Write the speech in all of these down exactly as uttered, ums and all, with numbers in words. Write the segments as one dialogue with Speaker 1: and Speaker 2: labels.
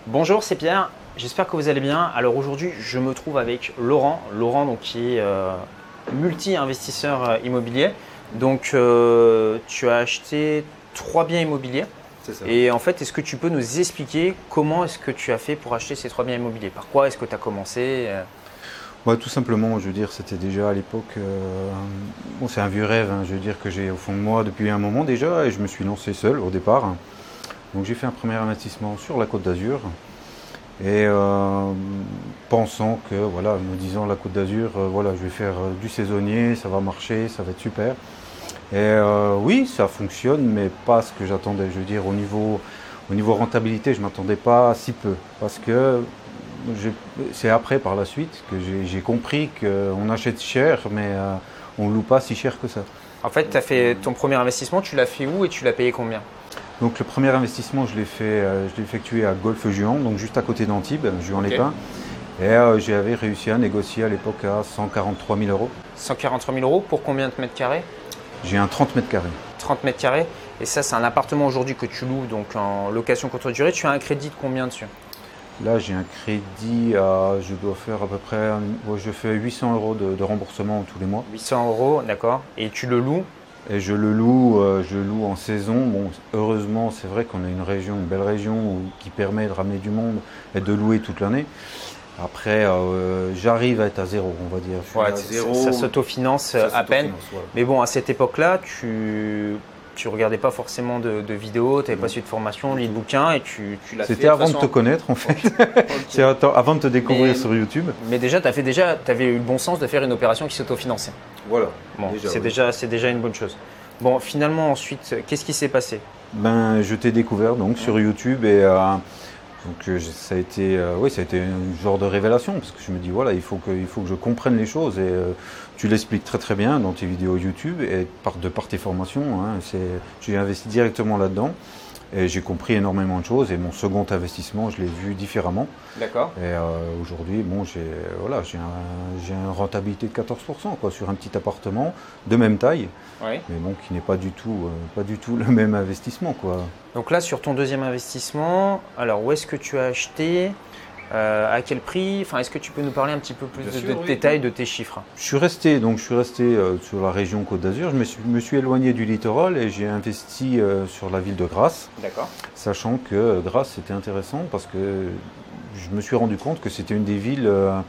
Speaker 1: Bonjour, c'est Pierre, j'espère que vous allez bien. Alors aujourd'hui, je me trouve avec Laurent, Laurent donc, qui est euh, multi-investisseur euh, immobilier. Donc euh, tu as acheté trois biens immobiliers.
Speaker 2: C'est ça.
Speaker 1: Et en fait, est-ce que tu peux nous expliquer comment est-ce que tu as fait pour acheter ces trois biens immobiliers? Par quoi est-ce que tu as commencé? euh
Speaker 2: Ouais, tout simplement, je veux dire, c'était déjà à l'époque, euh, bon, c'est un vieux rêve, hein, je veux dire, que j'ai au fond de moi depuis un moment déjà, et je me suis lancé seul au départ. Donc j'ai fait un premier investissement sur la Côte d'Azur, et euh, pensant que, voilà, me disant la Côte d'Azur, euh, voilà, je vais faire euh, du saisonnier, ça va marcher, ça va être super. Et euh, oui, ça fonctionne, mais pas ce que j'attendais. Je veux dire, au niveau, au niveau rentabilité, je ne m'attendais pas si peu, parce que c'est après, par la suite, que j'ai compris qu'on achète cher, mais euh, on ne loue pas si cher que ça.
Speaker 1: En fait, tu as fait ton premier investissement, tu l'as fait où et tu l'as payé combien?
Speaker 2: Donc le premier investissement, je l'ai fait, euh, je l'ai effectué à Golfe-Juan, donc juste à côté d'Antibes, Juan-les-Pins. Okay. Et euh, j'avais réussi à négocier à l'époque à cent quarante-trois mille euros.
Speaker 1: cent quarante-trois mille euros pour combien de mètres carrés?
Speaker 2: J'ai un trente mètres carrés.
Speaker 1: trente mètres carrés. Et ça, c'est un appartement aujourd'hui que tu loues donc en location courte durée. Tu as un crédit de combien dessus?
Speaker 2: Là, j'ai un crédit à, je dois faire à peu près, je fais huit cents euros de, de remboursement tous les mois.
Speaker 1: huit cents euros, d'accord. Et tu le loues?
Speaker 2: Et je le loue, euh, je loue en saison. Bon, heureusement, c'est vrai qu'on a une région, une belle région où, qui permet de ramener du monde et de louer toute l'année. Après, euh, j'arrive à être à zéro, on va dire.
Speaker 1: Ouais, zéro, ça s'autofinance à peine. Voilà. Mais bon, à cette époque-là, tu tu regardais pas forcément de, de vidéos, tu n'avais pas suivi de formation, ni de bouquins, et tu, tu l'as fait.
Speaker 2: C'était avant de, façon... de te connaître en fait. Okay. C'est avant de te découvrir mais, sur YouTube.
Speaker 1: Mais déjà, tu avais eu le bon sens de faire une opération qui s'autofinançait.
Speaker 2: Voilà.
Speaker 1: Bon, c'est oui. déjà, déjà une bonne chose. Bon, finalement, ensuite, qu'est-ce qui s'est passé?
Speaker 2: Ben, je t'ai découvert donc ouais. sur YouTube et euh, donc ça a été, euh, oui, ça a été un genre de révélation parce que je me dis voilà, il faut que, il faut que je comprenne les choses et euh, tu l'expliques très très bien dans tes vidéos YouTube et par, de par tes formations. Hein, j'ai investi directement là-dedans et j'ai compris énormément de choses et mon second investissement, je l'ai vu différemment.
Speaker 1: D'accord.
Speaker 2: Et euh, aujourd'hui, bon, j'ai voilà, j'ai un, une rentabilité de quatorze pour cent quoi, sur un petit appartement de même taille,
Speaker 1: oui.
Speaker 2: mais bon, qui n'est pas du tout, euh, pas du tout le même investissement quoi.
Speaker 1: Donc là, sur ton deuxième investissement, alors où est-ce que tu as acheté? Euh, à quel prix? Enfin, est-ce que tu peux nous parler un petit peu plus Bien de, sûr, de oui. détails de tes chiffres?
Speaker 2: Je suis resté, donc je suis resté euh, sur la région Côte d'Azur. Je me suis, me suis éloigné du littoral et j'ai investi euh, sur la ville de Grasse.
Speaker 1: D'accord.
Speaker 2: Sachant que euh, Grasse c'était intéressant parce que je me suis rendu compte que c'était une des villes euh,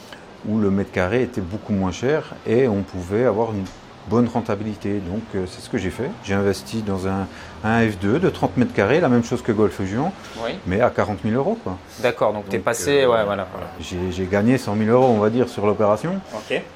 Speaker 2: où le mètre carré était beaucoup moins cher et on pouvait avoir une bonne rentabilité. Donc euh, c'est ce que j'ai fait. J'ai investi dans un, un F deux de trente mètres carrés, la même chose que Golfe-Juan,
Speaker 1: oui.
Speaker 2: mais à quarante mille euros.
Speaker 1: D'accord, donc, donc tu es passé, euh, ouais, voilà. voilà.
Speaker 2: J'ai gagné cent mille euros, on va dire, sur l'opération.
Speaker 1: Ok.
Speaker 2: Et,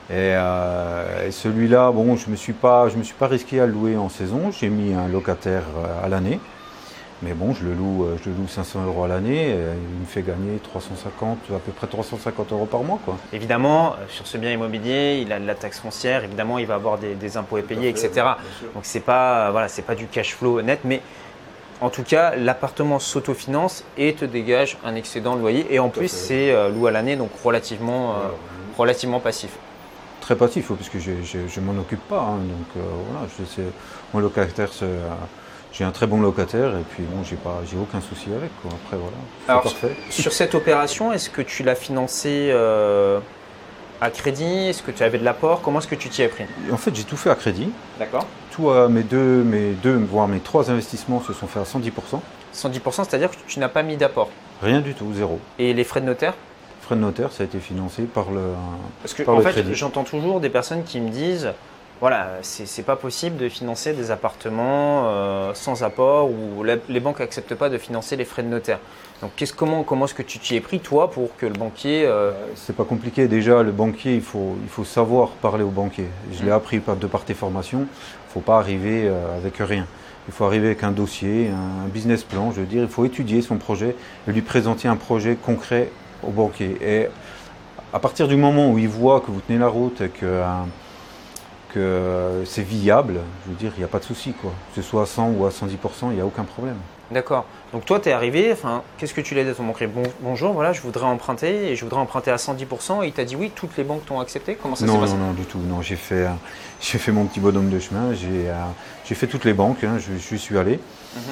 Speaker 2: euh, et celui-là, bon, je ne me suis pas, je me suis pas risqué à le louer en saison. J'ai mis un locataire à l'année. Mais bon, je le loue, je le loue cinq cents euros à l'année, il me fait gagner trois cent cinquante, à peu près trois cent cinquante euros par mois, quoi.
Speaker 1: Évidemment, sur ce bien immobilier, il a de la taxe foncière, évidemment, il va avoir des, des impôts à payer, et cetera. Donc c'est pas, voilà, c'est pas du cash flow net, mais en tout cas, l'appartement s'autofinance et te dégage un excédent de loyer. Et en plus, c'est euh, loué à l'année, donc relativement, euh, relativement passif.
Speaker 2: Très passif, parce que je ne m'en occupe pas. Hein, donc euh, voilà, je sais, mon locataire se. Euh, J'ai un très bon locataire et puis bon, j'ai pas, j'ai aucun souci avec quoi. Après voilà,
Speaker 1: c'est
Speaker 2: parfait.
Speaker 1: Sur cette opération, est-ce que tu l'as financé euh, à crédit? Est-ce que tu avais de l'apport? Comment est-ce que tu t'y es pris?
Speaker 2: En fait, j'ai tout fait à crédit.
Speaker 1: D'accord.
Speaker 2: Tout euh, mes deux, mes deux, voire mes trois investissements se sont faits à cent dix pour cent.
Speaker 1: cent dix pour cent, c'est-à-dire que tu n'as pas mis d'apport?
Speaker 2: Rien du tout, zéro.
Speaker 1: Et les frais de notaire?
Speaker 2: Frais de notaire, ça a été financé par le.
Speaker 1: Parce que
Speaker 2: par
Speaker 1: en
Speaker 2: le
Speaker 1: fait, j'entends toujours des personnes qui me disent. Voilà, c'est pas possible de financer des appartements euh, sans apport ou la, les banques n'acceptent pas de financer les frais de notaire. Donc comment, comment est-ce que tu t'y es pris toi pour que le banquier… Euh...
Speaker 2: C'est pas compliqué, déjà le banquier, il faut, il faut savoir parler au banquier. Je mmh. l'ai appris de par tes formations, il ne faut pas arriver euh, avec rien. Il faut arriver avec un dossier, un business plan, je veux dire, il faut étudier son projet et lui présenter un projet concret au banquier. Et à partir du moment où il voit que vous tenez la route et que… Euh, que c'est viable, je veux dire, il n'y a pas de souci, quoi. Que ce soit à cent ou à cent dix pour cent, il n'y a aucun problème.
Speaker 1: D'accord. Donc toi, tu es arrivé, enfin, qu'est-ce que tu l'as dit à ton banquier? Bon, bonjour, voilà, je voudrais emprunter et je voudrais emprunter à cent dix pour cent et il t'a dit oui, toutes les banques t'ont accepté? Comment ça s'est passé?
Speaker 2: Non, non, non, du tout. Non, j'ai fait, euh, j'ai fait mon petit bonhomme de chemin, j'ai euh, j'ai fait toutes les banques, hein, je, je suis allé. Mm-hmm.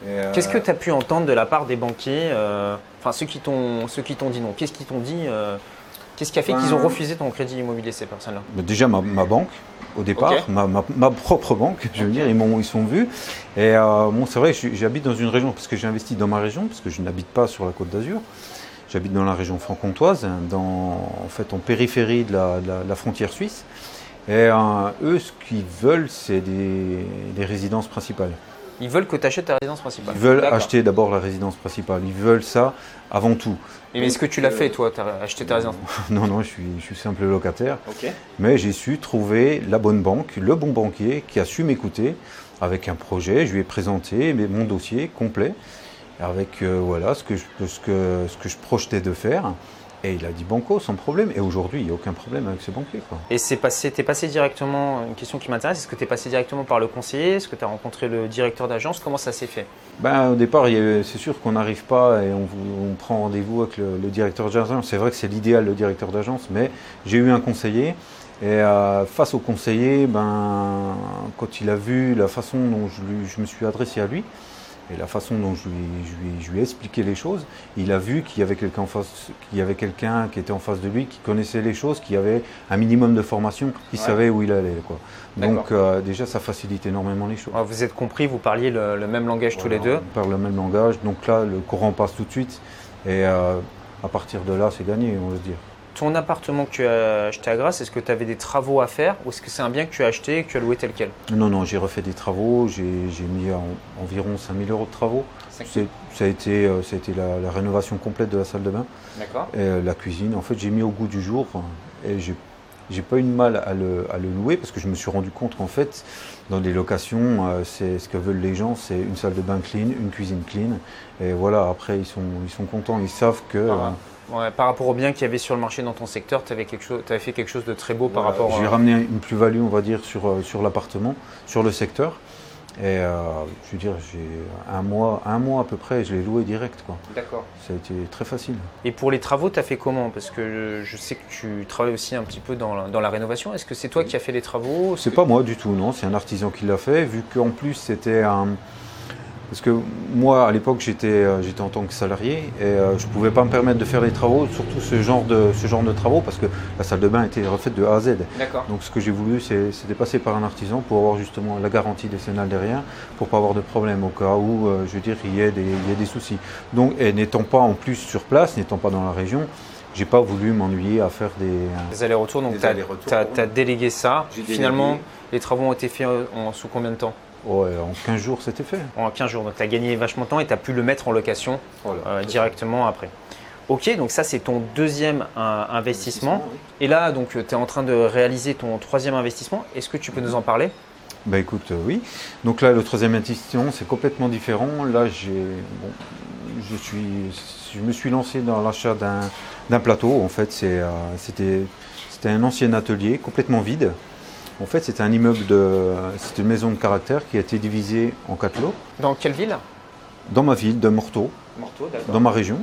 Speaker 2: Euh,
Speaker 1: Qu'est-ce que tu as pu entendre de la part des banquiers, euh, enfin ceux qui t'ont ceux qui t'ont dit non? Qu'est-ce qu'ils t'ont dit euh, Qu'est-ce qui a fait ben, qu'ils ont refusé ton crédit immobilier, ces personnes-là?
Speaker 2: Déjà ma, ma banque, au départ, okay. ma, ma, ma propre banque, je veux okay. dire, ils m'ont ils sont vus. Et euh, bon, c'est vrai, j'habite dans une région, parce que j'ai investi dans ma région, parce que je n'habite pas sur la Côte d'Azur. J'habite dans la région franc-comtoise, dans, en fait en périphérie de la, de la, de la frontière suisse. Et euh, eux, ce qu'ils veulent, c'est des, des résidences principales.
Speaker 1: Ils veulent que tu achètes ta résidence principale.
Speaker 2: Ils veulent acheter d'abord la résidence principale. Ils veulent ça avant tout.
Speaker 1: Et mais est-ce que tu l'as fait, toi, tu as acheté ta résidence?
Speaker 2: Non, non, je suis, je suis simple locataire.
Speaker 1: Okay.
Speaker 2: Mais j'ai su trouver la bonne banque, le bon banquier qui a su m'écouter avec un projet. Je lui ai présenté mon dossier complet avec euh, voilà, ce, que je, ce, que, ce que je projetais de faire. Et il a dit banco, sans problème. Et aujourd'hui, il n'y a aucun problème avec ce banquier, quoi.
Speaker 1: Et c'est passé, t'es passé directement, une question qui m'intéresse, est-ce que tu es passé directement par le conseiller? Est-ce que tu as rencontré le directeur d'agence? Comment ça s'est fait?
Speaker 2: Ben, au départ, c'est sûr qu'on n'arrive pas et on, on prend rendez-vous avec le, le directeur d'agence. C'est vrai que c'est l'idéal, le directeur d'agence, mais j'ai eu un conseiller. Et euh, face au conseiller, ben, quand il a vu la façon dont je, lui, je me suis adressé à lui, et la façon dont je lui, je, lui, je lui ai expliqué les choses, il a vu qu'il y avait quelqu'un en face, qu'il y avait quelqu'un qui était en face de lui, qui connaissait les choses, qui avait un minimum de formation, qui ouais. savait où il allait, quoi. Donc euh, déjà, ça facilite énormément les choses.
Speaker 1: Vous êtes compris, vous parliez le, le même langage voilà, tous les deux.
Speaker 2: On parle le même langage, donc là, le courant passe tout de suite, et euh, à partir de là, c'est gagné, on va se dire.
Speaker 1: Ton appartement que tu as acheté à Grasse, est-ce que tu avais des travaux à faire ou est-ce que c'est un bien que tu as acheté et que tu as loué tel quel?
Speaker 2: Non, non, j'ai refait des travaux, j'ai mis en, environ cinq mille euros de travaux. Ça a été, ça a été la, la rénovation complète de la salle de bain et euh, la cuisine. En fait, j'ai mis au goût du jour et j'ai pas eu de mal à le, à le louer parce que je me suis rendu compte qu'en fait, dans les locations, euh, c'est ce que veulent les gens, c'est une salle de bain clean, une cuisine clean. Et voilà, après, ils sont, ils sont contents, ils savent que…
Speaker 1: Ah, euh, Ouais, par rapport aux biens qu'il y avait sur le marché dans ton secteur, tu avais, avais fait quelque chose de très beau par
Speaker 2: voilà,
Speaker 1: rapport…
Speaker 2: J'ai
Speaker 1: à...
Speaker 2: ramené une plus-value, on va dire, sur, sur l'appartement, sur le secteur. Et euh, je veux dire, j'ai un mois, un mois à peu près, je l'ai loué direct, quoi.
Speaker 1: D'accord.
Speaker 2: Ça a été très facile.
Speaker 1: Et pour les travaux, tu as fait comment? Parce que je sais que tu travailles aussi un petit peu dans la, dans la rénovation. Est-ce que c'est toi qui as fait les travaux?
Speaker 2: C'est pas moi du tout, non. C'est un artisan qui l'a fait, vu qu'en plus c'était un… Parce que moi, à l'époque, j'étais j'étais en tant que salarié et euh, je ne pouvais pas me permettre de faire des travaux, surtout ce genre de, ce genre de travaux, parce que la salle de bain était refaite de A à Z. Donc ce que j'ai voulu, c'était passer par un artisan pour avoir justement la garantie décennale derrière, pour ne pas avoir de problème au cas où, euh, je veux dire, il y ait des, il y ait des soucis. Donc, et n'étant pas en plus sur place, n'étant pas dans la région, j'ai pas voulu m'ennuyer à faire des…
Speaker 1: Des allers-retours, donc tu as, as, as délégué ça. Finalement, délégué. Les travaux ont été faits en, sous combien de temps?
Speaker 2: Ouais, en quinze jours, c'était fait.
Speaker 1: En quinze jours, donc tu as gagné vachement de temps et tu as pu le mettre en location voilà, euh, directement après. Ok, donc ça c'est ton deuxième euh, investissement. investissement oui. Et là, donc tu es en train de réaliser ton troisième investissement. Est-ce que tu peux mmh. nous en parler?
Speaker 2: Bah écoute, euh, oui. Donc là, le troisième investissement, c'est complètement différent. Là, j'ai, bon, je, suis, je me suis lancé dans l'achat d'un plateau. En fait, euh, c'était un ancien atelier complètement vide. En fait, c'était un immeuble de, c'était une maison de caractère qui a été divisée en quatre lots.
Speaker 1: Dans quelle ville?
Speaker 2: Dans ma ville de Morteau,
Speaker 1: Morteau
Speaker 2: dans ma région.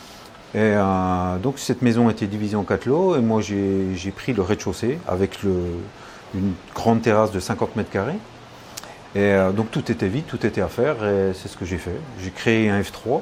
Speaker 2: Et euh, donc cette maison a été divisée en quatre lots et moi j'ai pris le rez-de-chaussée avec le, une grande terrasse de cinquante mètres carrés. Et euh, donc tout était vide, tout était à faire et c'est ce que j'ai fait. J'ai créé un F trois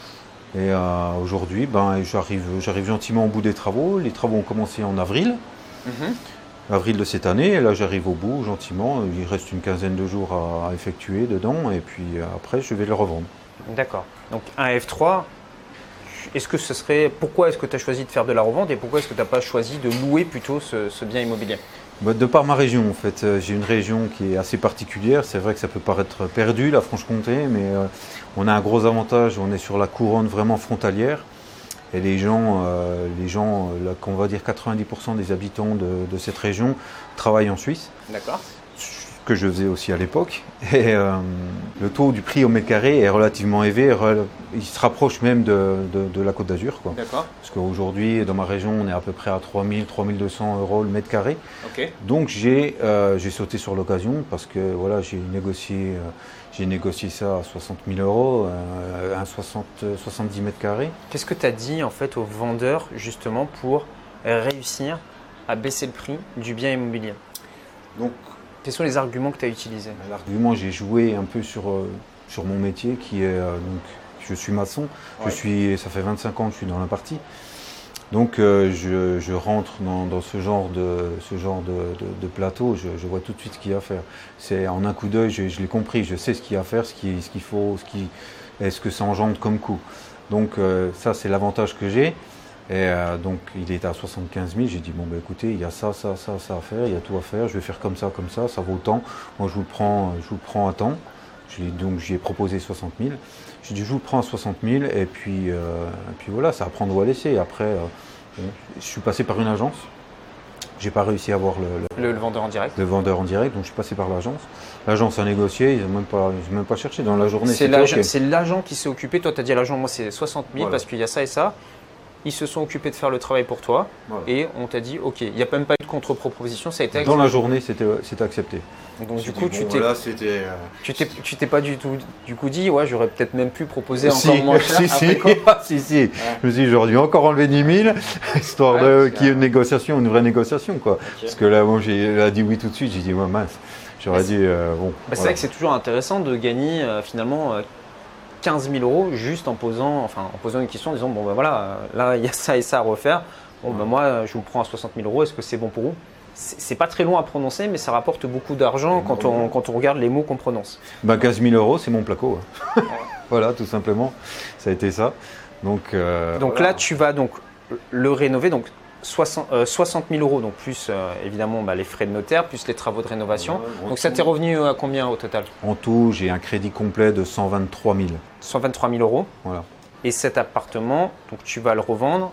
Speaker 2: et euh, aujourd'hui ben, j'arrive j'arrive gentiment au bout des travaux. Les travaux ont commencé en avril. Mm-hmm. Avril de cette année, et là j'arrive au bout gentiment, il reste une quinzaine de jours à, à effectuer dedans et puis après je vais le revendre. D'accord.
Speaker 1: Donc un F trois, est-ce que ce serait, pourquoi est-ce que tu as choisi de faire de la revente et pourquoi est-ce que tu n'as pas choisi de louer plutôt ce, ce bien immobilier?
Speaker 2: Bah, de par ma région en fait, j'ai une région qui est assez particulière, c'est vrai que ça peut paraître perdu la Franche-Comté, mais euh, on a un gros avantage, on est sur la couronne vraiment frontalière. Et les gens, euh, les gens là, qu'on va dire quatre-vingt-dix pour cent des habitants de, de cette région travaillent en Suisse.
Speaker 1: D'accord.
Speaker 2: Ce que je faisais aussi à l'époque. Et euh, le taux du prix au mètre carré est relativement élevé. Il se rapproche même de, de, de la Côte d'Azur.
Speaker 1: D'accord.
Speaker 2: Parce qu'aujourd'hui, dans ma région, on est à peu près à trois mille, trois mille deux cents euros le mètre carré.
Speaker 1: Okay.
Speaker 2: Donc j'ai euh, j'ai sauté sur l'occasion parce que voilà, j'ai négocié, euh, j'ai négocié ça à soixante mille euros, euh, à soixante, soixante-dix mètres carrés.
Speaker 1: Qu'est-ce que tu as dit en fait aux vendeurs justement pour réussir à baisser le prix du bien immobilier?
Speaker 2: Donc,
Speaker 1: quels sont les arguments que tu as utilisés?
Speaker 2: L'argument, j'ai joué un peu sur, euh, sur mon métier qui est euh, donc je suis maçon, ouais. je suis, ça fait vingt-cinq ans que je suis dans la partie. Donc euh, je, je rentre dans, dans ce genre de, ce genre de, de, de plateau, je, je vois tout de suite ce qu'il y a à faire. C'est en un coup d'œil, je, je l'ai compris, je sais ce qu'il y a à faire, ce qu'il ce qu'il faut, ce qui, est-ce que ça engendre comme coût. Donc euh, ça c'est l'avantage que j'ai. Et euh, donc il était à soixante-quinze mille, j'ai dit bon ben écoutez, il y a ça, ça, ça, ça à faire, il y a tout à faire, je vais faire comme ça, comme ça, ça vaut tant. Moi je vous le prends, je vous le prends à temps. Donc j'y ai proposé soixante mille. J'ai dit je vous le prends à soixante mille et puis, euh, et puis voilà, c'est à prendre ou à laisser. Après, euh, bon, je suis passé par une agence. J'ai pas réussi à avoir le,
Speaker 1: le, le, le vendeur en direct.
Speaker 2: Le vendeur en direct, donc je suis passé par l'agence. L'agence a négocié, ils n'ont même pas, ils ont même pas cherché dans la journée.
Speaker 1: C'est l'agent okay. qui s'est occupé. Toi, tu as dit à l'agent, moi c'est soixante mille voilà. parce qu'il y a ça et ça. Ils se sont occupés de faire le travail pour toi voilà. et on t'a dit ok, il n'y a même pas eu de contre-proposition, ça a été accepté.
Speaker 2: Dans la journée, c'était accepté.
Speaker 1: Donc du coup,
Speaker 2: bon,
Speaker 1: tu t'es
Speaker 2: voilà,
Speaker 1: euh, tu t'es tu t'es pas du tout du coup dit ouais, j'aurais peut-être même pu proposer
Speaker 2: si,
Speaker 1: encore moins cher.
Speaker 2: Si si, si si, ouais. Je me suis dit j'aurais dû encore enlever dix mille histoire ouais, de qu'il y ait une négociation, une vraie négociation quoi. Okay. Parce que là, bon, j'ai a dit oui tout de suite, j'ai dit ouais, mince, j'aurais dit euh, bon.
Speaker 1: Bah, voilà. C'est vrai que c'est toujours intéressant de gagner euh, finalement. Euh, quinze mille euros juste en posant, enfin, en posant une question en disant bon ben voilà, là il y a ça et ça à refaire, bon ben moi je vous prends à soixante mille euros, est-ce que c'est bon pour vous? C'est pas très long à prononcer mais ça rapporte beaucoup d'argent quand on, quand on regarde les mots qu'on prononce.
Speaker 2: Ben quinze mille euros c'est mon placo. Hein. Voilà tout simplement, ça a été ça. Donc, euh,
Speaker 1: donc
Speaker 2: voilà.
Speaker 1: Là tu vas donc le rénover, donc soixante mille euros, donc plus euh, évidemment bah, les frais de notaire, plus les travaux de rénovation. Ouais, donc ça t'est revenu à combien au total?
Speaker 2: En tout, j'ai un crédit complet de cent vingt-trois mille.
Speaker 1: cent vingt-trois mille euros.
Speaker 2: Voilà.
Speaker 1: Et cet appartement, donc tu vas le revendre?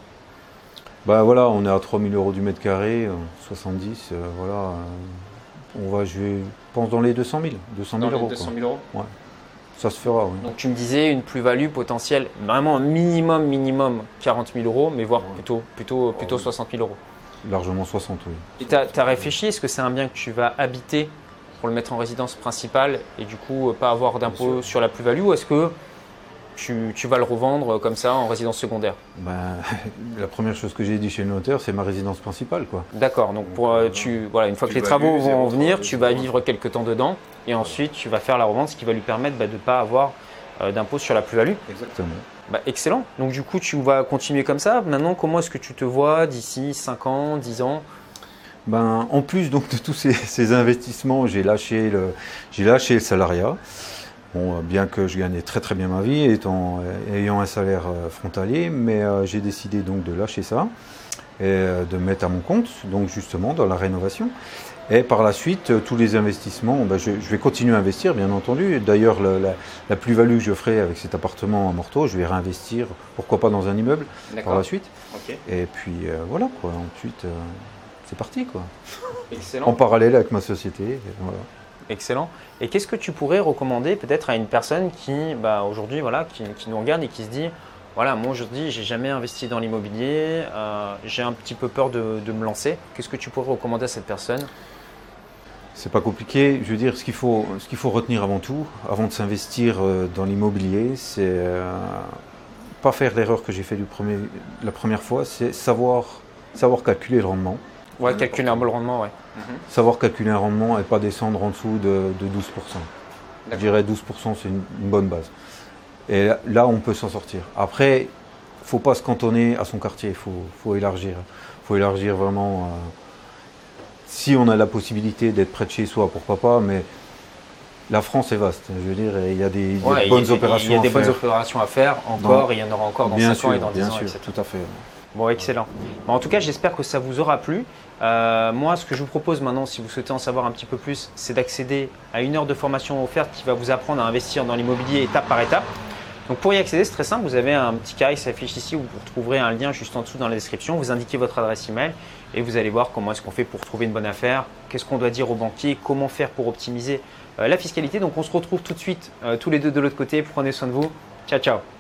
Speaker 2: Bah voilà, on est à trois mille euros du mètre carré, euh, soixante-dix, euh, voilà. Euh, on va, je pense, dans les deux cent mille. deux cent mille euros.
Speaker 1: deux cent mille euros.
Speaker 2: Ouais. Ça se fera, oui.
Speaker 1: Donc tu me disais une plus-value potentielle, vraiment un minimum, minimum quarante mille euros, mais voire ouais. plutôt, plutôt, plutôt ouais. soixante mille euros.
Speaker 2: Largement soixante, oui.
Speaker 1: Et tu as réfléchi, est-ce que c'est un bien que tu vas habiter pour le mettre en résidence principale et du coup pas avoir d'impôt sur la plus-value, ou est-ce que tu, tu vas le revendre comme ça en résidence secondaire?
Speaker 2: Ben, la première chose que j'ai dit chez le notaire, c'est ma résidence principale, quoi.
Speaker 1: D'accord, donc pour, euh, tu, voilà, une fois que les travaux vont venir, tu vas vivre quelques temps dedans et ensuite tu vas faire la revente, ce qui va lui permettre bah, de ne pas avoir euh, d'impôt sur la plus-value.
Speaker 2: Exactement.
Speaker 1: Bah, excellent, donc du coup tu vas continuer comme ça. Maintenant, comment est-ce que tu te vois d'ici cinq ans, dix ans?
Speaker 2: Ben, en plus donc, de tous ces, ces investissements, j'ai lâché, le, j'ai lâché le salariat. Bon, bien que je gagnais très très bien ma vie, étant, ayant un salaire frontalier, mais euh, j'ai décidé donc de lâcher ça et euh, de me mettre à mon compte, donc justement dans la rénovation. Et par la suite, tous les investissements, ben, je, je vais continuer à investir, bien entendu. D'ailleurs, la, la, la plus-value que je ferai avec cet appartement à Morteau, je vais réinvestir, pourquoi pas dans un immeuble par la suite. Okay. Et puis euh, voilà, quoi. Ensuite, euh, c'est parti, quoi.
Speaker 1: Excellent.
Speaker 2: En parallèle avec ma société. Et voilà.
Speaker 1: Excellent. Et qu'est-ce que tu pourrais recommander peut-être à une personne qui, bah, aujourd'hui, voilà, qui, qui nous regarde et qui se dit, voilà, moi aujourd'hui, j'ai jamais investi dans l'immobilier, euh, j'ai un petit peu peur de, de me lancer. Qu'est-ce que tu pourrais recommander à cette personne?
Speaker 2: C'est pas compliqué. Je veux dire, ce qu'il faut, ce qu'il faut retenir avant tout, avant de s'investir dans l'immobilier, c'est euh, pas faire l'erreur que j'ai fait du premier, la première fois, c'est savoir, savoir calculer le rendement.
Speaker 1: Ouais, calculer un bon rendement, ouais.
Speaker 2: Mm-hmm. Savoir calculer un rendement et pas descendre en dessous de, de douze pour cent. Je dirais douze pour cent, c'est une, une bonne base. Et là, là on peut s'en sortir. Après, il ne faut pas se cantonner à son quartier, il faut, faut élargir. Il faut élargir vraiment. Euh, si on a la possibilité d'être près de chez soi, pourquoi pas, mais la France est vaste. Je veux dire, il y a des,
Speaker 1: ouais,
Speaker 2: des bonnes
Speaker 1: il y a,
Speaker 2: opérations
Speaker 1: il y a des
Speaker 2: à
Speaker 1: bonnes
Speaker 2: faire.
Speaker 1: opérations à faire encore, non. Et il y en aura encore dans
Speaker 2: bien
Speaker 1: cinq
Speaker 2: sûr,
Speaker 1: ans et dans dix
Speaker 2: bien
Speaker 1: ans.
Speaker 2: Sûr,
Speaker 1: et cetera.
Speaker 2: tout à fait.
Speaker 1: Bon, excellent. Bon, en tout cas, j'espère que ça vous aura plu. Euh, moi, ce que je vous propose maintenant, si vous souhaitez en savoir un petit peu plus, c'est d'accéder à une heure de formation offerte qui va vous apprendre à investir dans l'immobilier étape par étape. Donc pour y accéder, c'est très simple. Vous avez un petit carré qui s'affiche ici où vous trouverez un lien juste en dessous dans la description. Vous indiquez votre adresse email et vous allez voir comment est-ce qu'on fait pour trouver une bonne affaire, qu'est-ce qu'on doit dire au banquier, comment faire pour optimiser euh, la fiscalité. Donc on se retrouve tout de suite euh, tous les deux de l'autre côté. Prenez soin de vous. Ciao, ciao.